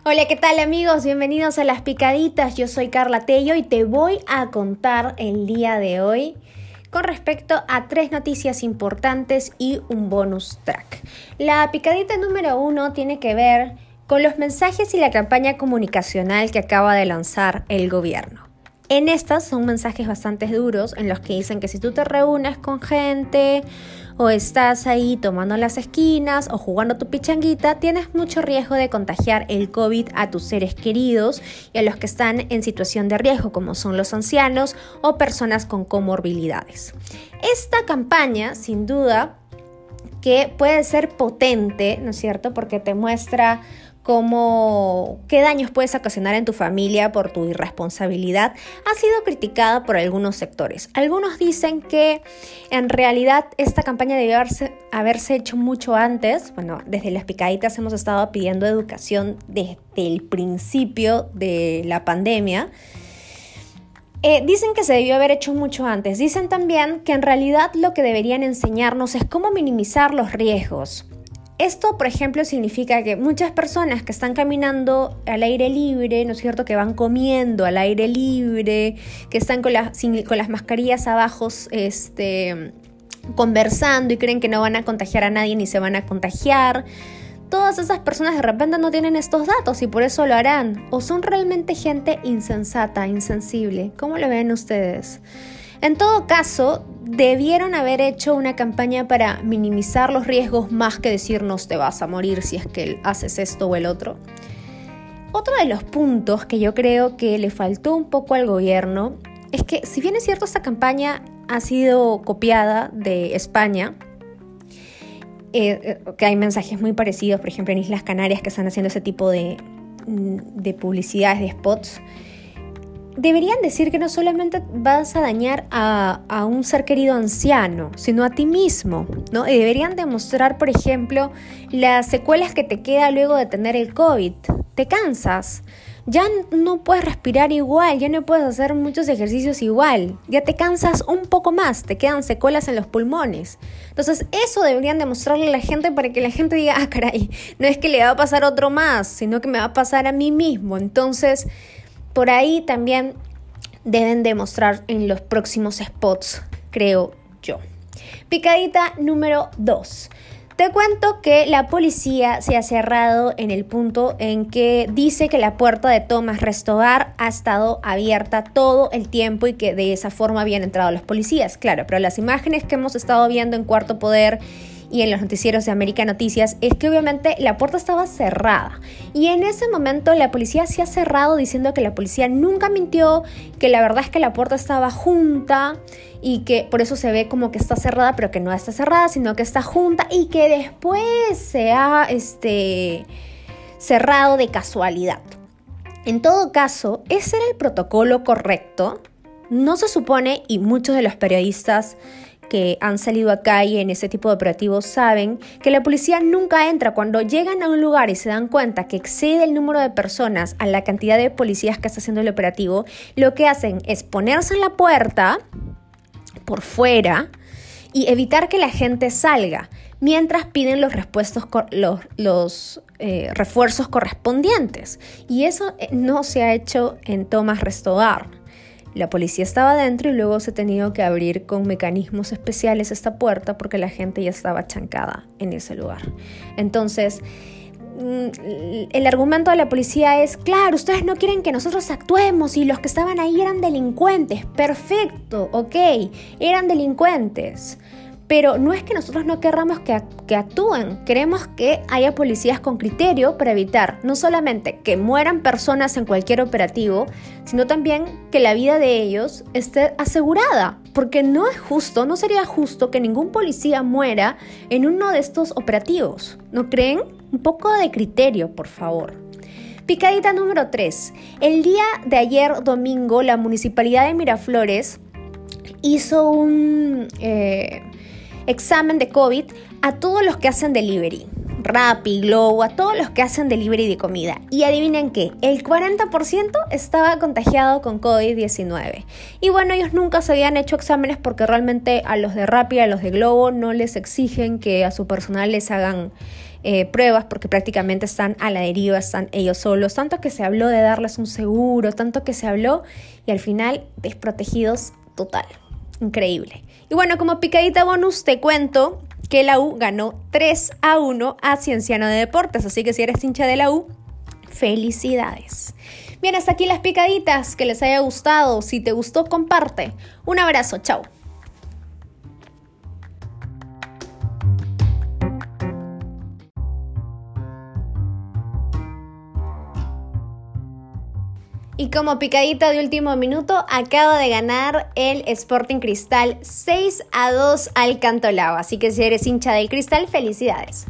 Hola, ¿qué tal amigos? Bienvenidos a Las Picaditas. Yo soy Carla Tello y te voy a contar el día de hoy con respecto a 3 noticias importantes y un bonus track. La picadita número 1 tiene que ver con los mensajes y la campaña comunicacional que acaba de lanzar el gobierno. En estas son mensajes bastante duros en los que dicen que si tú te reúnes con gente o estás ahí tomando las esquinas o jugando tu pichanguita, tienes mucho riesgo de contagiar el COVID a tus seres queridos y a los que están en situación de riesgo, como son los ancianos o personas con comorbilidades. Esta campaña, sin duda, que puede ser potente, ¿no es cierto?, porque te muestra qué daños puedes ocasionar en tu familia por tu irresponsabilidad, ha sido criticada por algunos sectores. Algunos dicen que en realidad esta campaña debió haberse hecho mucho antes. Bueno, desde Las Picaditas hemos estado pidiendo educación desde el principio de la pandemia. Dicen que se debió haber hecho mucho antes. Dicen también que en realidad lo que deberían enseñarnos es cómo minimizar los riesgos. Esto, por ejemplo, significa que muchas personas que están caminando al aire libre, ¿no es cierto?, que van comiendo al aire libre, que están con las mascarillas abajo, conversando y creen que no van a contagiar a nadie ni se van a contagiar. Todas esas personas de repente no tienen estos datos y por eso lo harán. ¿O son realmente gente insensata, insensible? ¿Cómo lo ven ustedes? En todo caso, debieron haber hecho una campaña para minimizar los riesgos más que decirnos te vas a morir si es que haces esto o el otro. Otro de los puntos que yo creo que le faltó un poco al gobierno es que, si bien es cierto, esta campaña ha sido copiada de España, que hay mensajes muy parecidos, por ejemplo en Islas Canarias, que están haciendo ese tipo de publicidades, de spots. Deberían decir que no solamente vas a dañar a un ser querido anciano, sino a ti mismo, ¿no? Y deberían demostrar, por ejemplo, las secuelas que te queda luego de tener el COVID. Te cansas, ya no puedes respirar igual, ya no puedes hacer muchos ejercicios igual, ya te cansas un poco más, te quedan secuelas en los pulmones. Entonces eso deberían demostrarle a la gente para que la gente diga, caray, no es que le va a pasar a otro más, sino que me va a pasar a mí mismo. Entonces, por ahí también deben demostrar en los próximos spots, creo yo. Picadita número 2. Te cuento que la policía se ha cerrado en el punto en que dice que la puerta de Tomás Restobar ha estado abierta todo el tiempo y que de esa forma habían entrado los policías. Claro, pero las imágenes que hemos estado viendo en Cuarto Poder y en los noticieros de América Noticias es que obviamente la puerta estaba cerrada y en ese momento la policía se ha cerrado diciendo que la policía nunca mintió, que la verdad es que la puerta estaba junta y que por eso se ve como que está cerrada, pero que no está cerrada, sino que está junta y que después se ha cerrado de casualidad. En todo caso, ese era el protocolo correcto. No se supone, y muchos de los periodistas que han salido acá y en ese tipo de operativos saben que la policía nunca entra. Cuando llegan a un lugar y se dan cuenta que excede el número de personas a la cantidad de policías que está haciendo el operativo, lo que hacen es ponerse en la puerta por fuera y evitar que la gente salga, mientras piden los refuerzos correspondientes. Y eso no se ha hecho en Tomás Restobar. La policía estaba adentro y luego se ha tenido que abrir con mecanismos especiales esta puerta porque la gente ya estaba chancada en ese lugar. Entonces, el argumento de la policía es, claro, ustedes no quieren que nosotros actuemos y los que estaban ahí eran delincuentes. Perfecto, ok, eran delincuentes. Pero no es que nosotros no querramos que actúen, queremos que haya policías con criterio para evitar no solamente que mueran personas en cualquier operativo, sino también que la vida de ellos esté asegurada, porque no es justo, no sería justo que ningún policía muera en uno de estos operativos, ¿no creen? Un poco de criterio, por favor. Picadita número 3. El día de ayer domingo, la Municipalidad de Miraflores hizo un examen de COVID a todos los que hacen delivery. Rappi, Globo, a todos los que hacen delivery de comida. Y adivinen qué, el 40% estaba contagiado con COVID-19. Y bueno, ellos nunca se habían hecho exámenes porque realmente a los de Rappi, a los de Globo, no les exigen que a su personal les hagan pruebas porque prácticamente están a la deriva, están ellos solos. Tanto que se habló de darles un seguro, tanto que se habló y al final desprotegidos total. Increíble. Y bueno, como picadita bonus te cuento que la U ganó 3-1 a Cienciano de Deportes, así que si eres hincha de la U, felicidades. Bien, hasta aquí las picaditas, que les haya gustado. Si te gustó, comparte. Un abrazo, chao. Y como picadita de último minuto, acaba de ganar el Sporting Cristal 6-2 al Cantolao. Así que si eres hincha del Cristal, felicidades.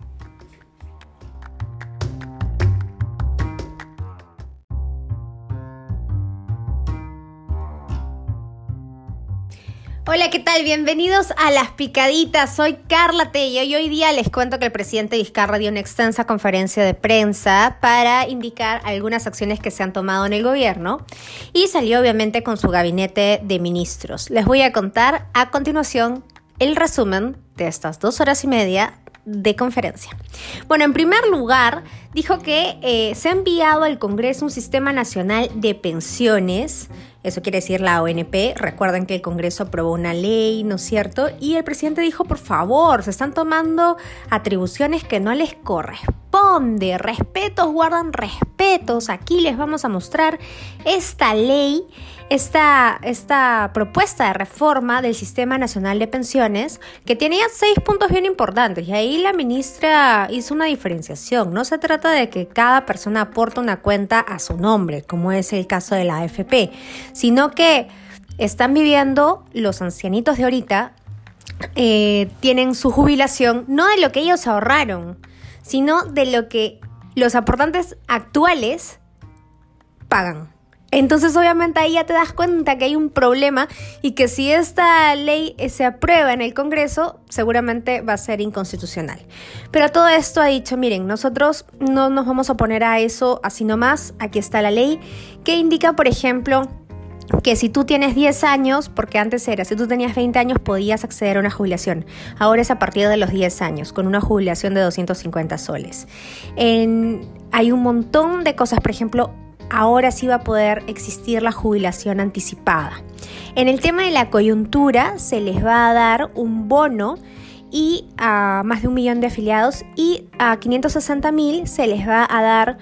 Hola, ¿qué tal? Bienvenidos a Las Picaditas. Soy Carla Tello y hoy día les cuento que el presidente Vizcarra dio una extensa conferencia de prensa para indicar algunas acciones que se han tomado en el gobierno y salió obviamente con su gabinete de ministros. Les voy a contar a continuación el resumen de estas 2 horas y media de conferencia. Bueno, en primer lugar, dijo que se ha enviado al Congreso un sistema nacional de pensiones. Eso quiere decir la ONP. Recuerden que el Congreso aprobó una ley, ¿no es cierto? Y el presidente dijo, por favor, se están tomando atribuciones que no les corresponde. Respetos guardan respetos. Aquí les vamos a mostrar esta ley, esta propuesta de reforma del Sistema Nacional de Pensiones, que tenía 6 puntos bien importantes. Y ahí la ministra hizo una diferenciación. No se trata de que cada persona aporte una cuenta a su nombre, como es el caso de la AFP, sino que están viviendo los ancianitos de ahorita, tienen su jubilación no de lo que ellos ahorraron, sino de lo que los aportantes actuales pagan. Entonces obviamente ahí ya te das cuenta que hay un problema y que si esta ley se aprueba en el Congreso, seguramente va a ser inconstitucional. Pero todo esto ha dicho, miren, nosotros no nos vamos a oponer a eso así nomás. Aquí está la ley que indica, por ejemplo, que si tú tienes 10 años, porque antes era, si tú tenías 20 años podías acceder a una jubilación. Ahora es a partir de los 10 años, con una jubilación de 250 soles. Hay un montón de cosas, por ejemplo, ahora sí va a poder existir la jubilación anticipada. En el tema de la coyuntura se les va a dar un bono y a más de 1 millón de afiliados y a 560,000 se les va a dar,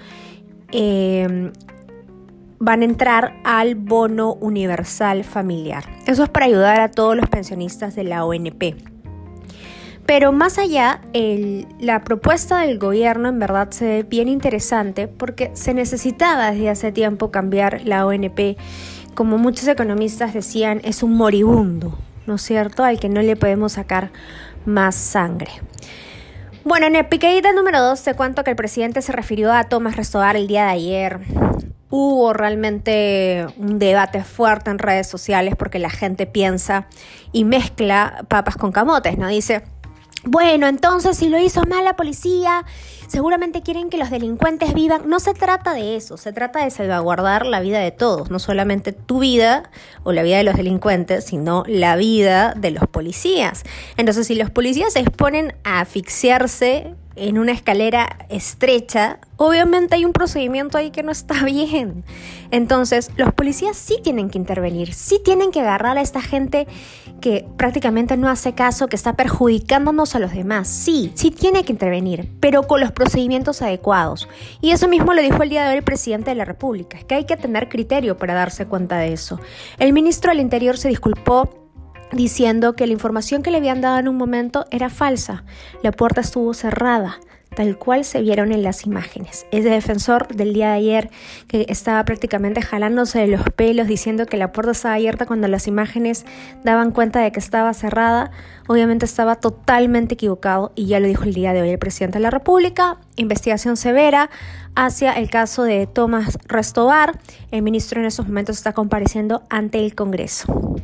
van a entrar al bono universal familiar. Eso es para ayudar a todos los pensionistas de la ONP. Pero más allá, la propuesta del gobierno en verdad se ve bien interesante porque se necesitaba desde hace tiempo cambiar la ONP. Como muchos economistas decían, es un moribundo, ¿no es cierto?, al que no le podemos sacar más sangre. Bueno, en el picadita número 2 te cuento que el presidente se refirió a Tomás Restobar el día de ayer. Hubo realmente un debate fuerte en redes sociales porque la gente piensa y mezcla papas con camotes, ¿no? Dice, bueno, entonces si lo hizo mal la policía, seguramente quieren que los delincuentes vivan. No se trata de eso, se trata de salvaguardar la vida de todos, no solamente tu vida o la vida de los delincuentes, sino la vida de los policías. Entonces, si los policías se exponen a asfixiarse en una escalera estrecha, obviamente hay un procedimiento ahí que no está bien. Entonces, los policías sí tienen que intervenir, sí tienen que agarrar a esta gente que prácticamente no hace caso, que está perjudicándonos a los demás. Sí tiene que intervenir, pero con los procedimientos adecuados. Y eso mismo lo dijo el día de hoy el presidente de la República, es que hay que tener criterio para darse cuenta de eso. El ministro del Interior se disculpó diciendo que la información que le habían dado en un momento era falsa. La puerta estuvo cerrada, tal cual se vieron en las imágenes. Es el defensor del día de ayer que estaba prácticamente jalándose de los pelos diciendo que la puerta estaba abierta cuando las imágenes daban cuenta de que estaba cerrada. Obviamente estaba totalmente equivocado y ya lo dijo el día de hoy el presidente de la República. Investigación severa hacia el caso de Tomás Restobar. El ministro en esos momentos está compareciendo ante el Congreso.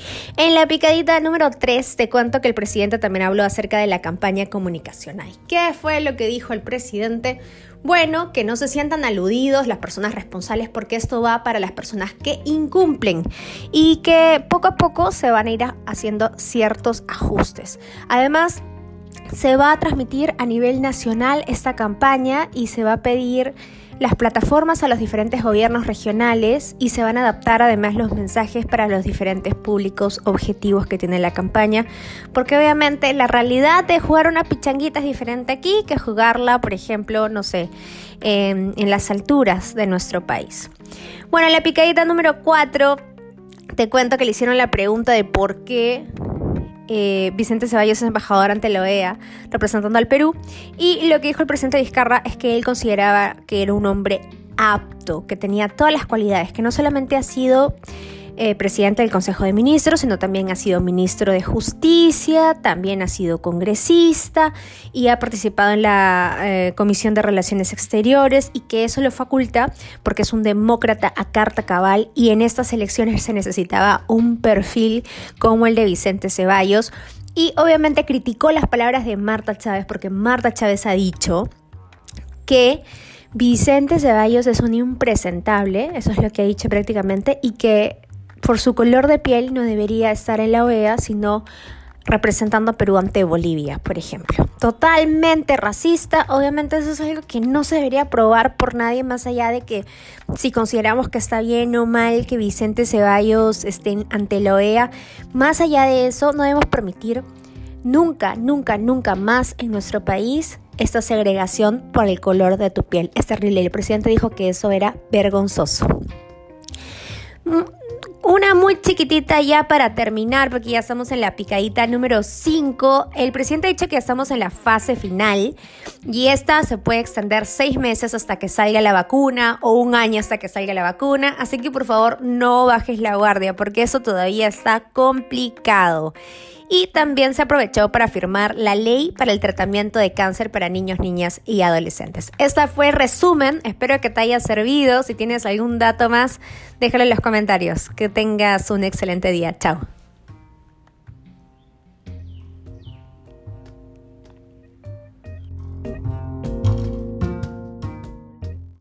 En la picadita número 3 te cuento que el presidente también habló acerca de la campaña comunicacional. ¿Qué fue lo que dijo el presidente? Bueno, que no se sientan aludidos las personas responsables porque esto va para las personas que incumplen y que poco a poco se van a ir haciendo ciertos ajustes. Además, se va a transmitir a nivel nacional esta campaña y se va a pedir las plataformas a los diferentes gobiernos regionales y se van a adaptar además los mensajes para los diferentes públicos objetivos que tiene la campaña, porque obviamente la realidad de jugar una pichanguita es diferente aquí que jugarla, por ejemplo, no sé, en las alturas de nuestro país. Bueno, en la picadita número 4 te cuento que le hicieron la pregunta de por qué Vicente Ceballos es embajador ante la OEA representando al Perú, y lo que dijo el presidente Vizcarra es que él consideraba que era un hombre apto, que tenía todas las cualidades, que no solamente ha sido presidente del Consejo de Ministros, sino también ha sido ministro de Justicia, también ha sido congresista y ha participado en la Comisión de Relaciones Exteriores, y que eso lo faculta porque es un demócrata a carta cabal, y en estas elecciones se necesitaba un perfil como el de Vicente Ceballos. Y obviamente criticó las palabras de Marta Chávez, porque Marta Chávez ha dicho que Vicente Ceballos es un impresentable, eso es lo que ha dicho prácticamente, y que por su color de piel no debería estar en la OEA, sino representando a Perú ante Bolivia, por ejemplo. Totalmente racista. Obviamente eso es algo que no se debería aprobar por nadie, más allá de que si consideramos que está bien o mal que Vicente Ceballos esté ante la OEA. Más allá de eso, no debemos permitir nunca más en nuestro país esta segregación por el color de tu piel. Es terrible. El presidente dijo que eso era vergonzoso. Una muy chiquitita ya para terminar, porque ya estamos en la picadita número 5. El presidente ha dicho que ya estamos en la fase final y esta se puede extender 6 meses hasta que salga la vacuna o 1 año hasta que salga la vacuna. Así que por favor no bajes la guardia, porque eso todavía está complicado. Y también se aprovechó para firmar la ley para el tratamiento de cáncer para niños, niñas y adolescentes. Este fue el resumen, espero que te haya servido. Si tienes algún dato más, déjalo en los comentarios. Que tengas un excelente día. Chao.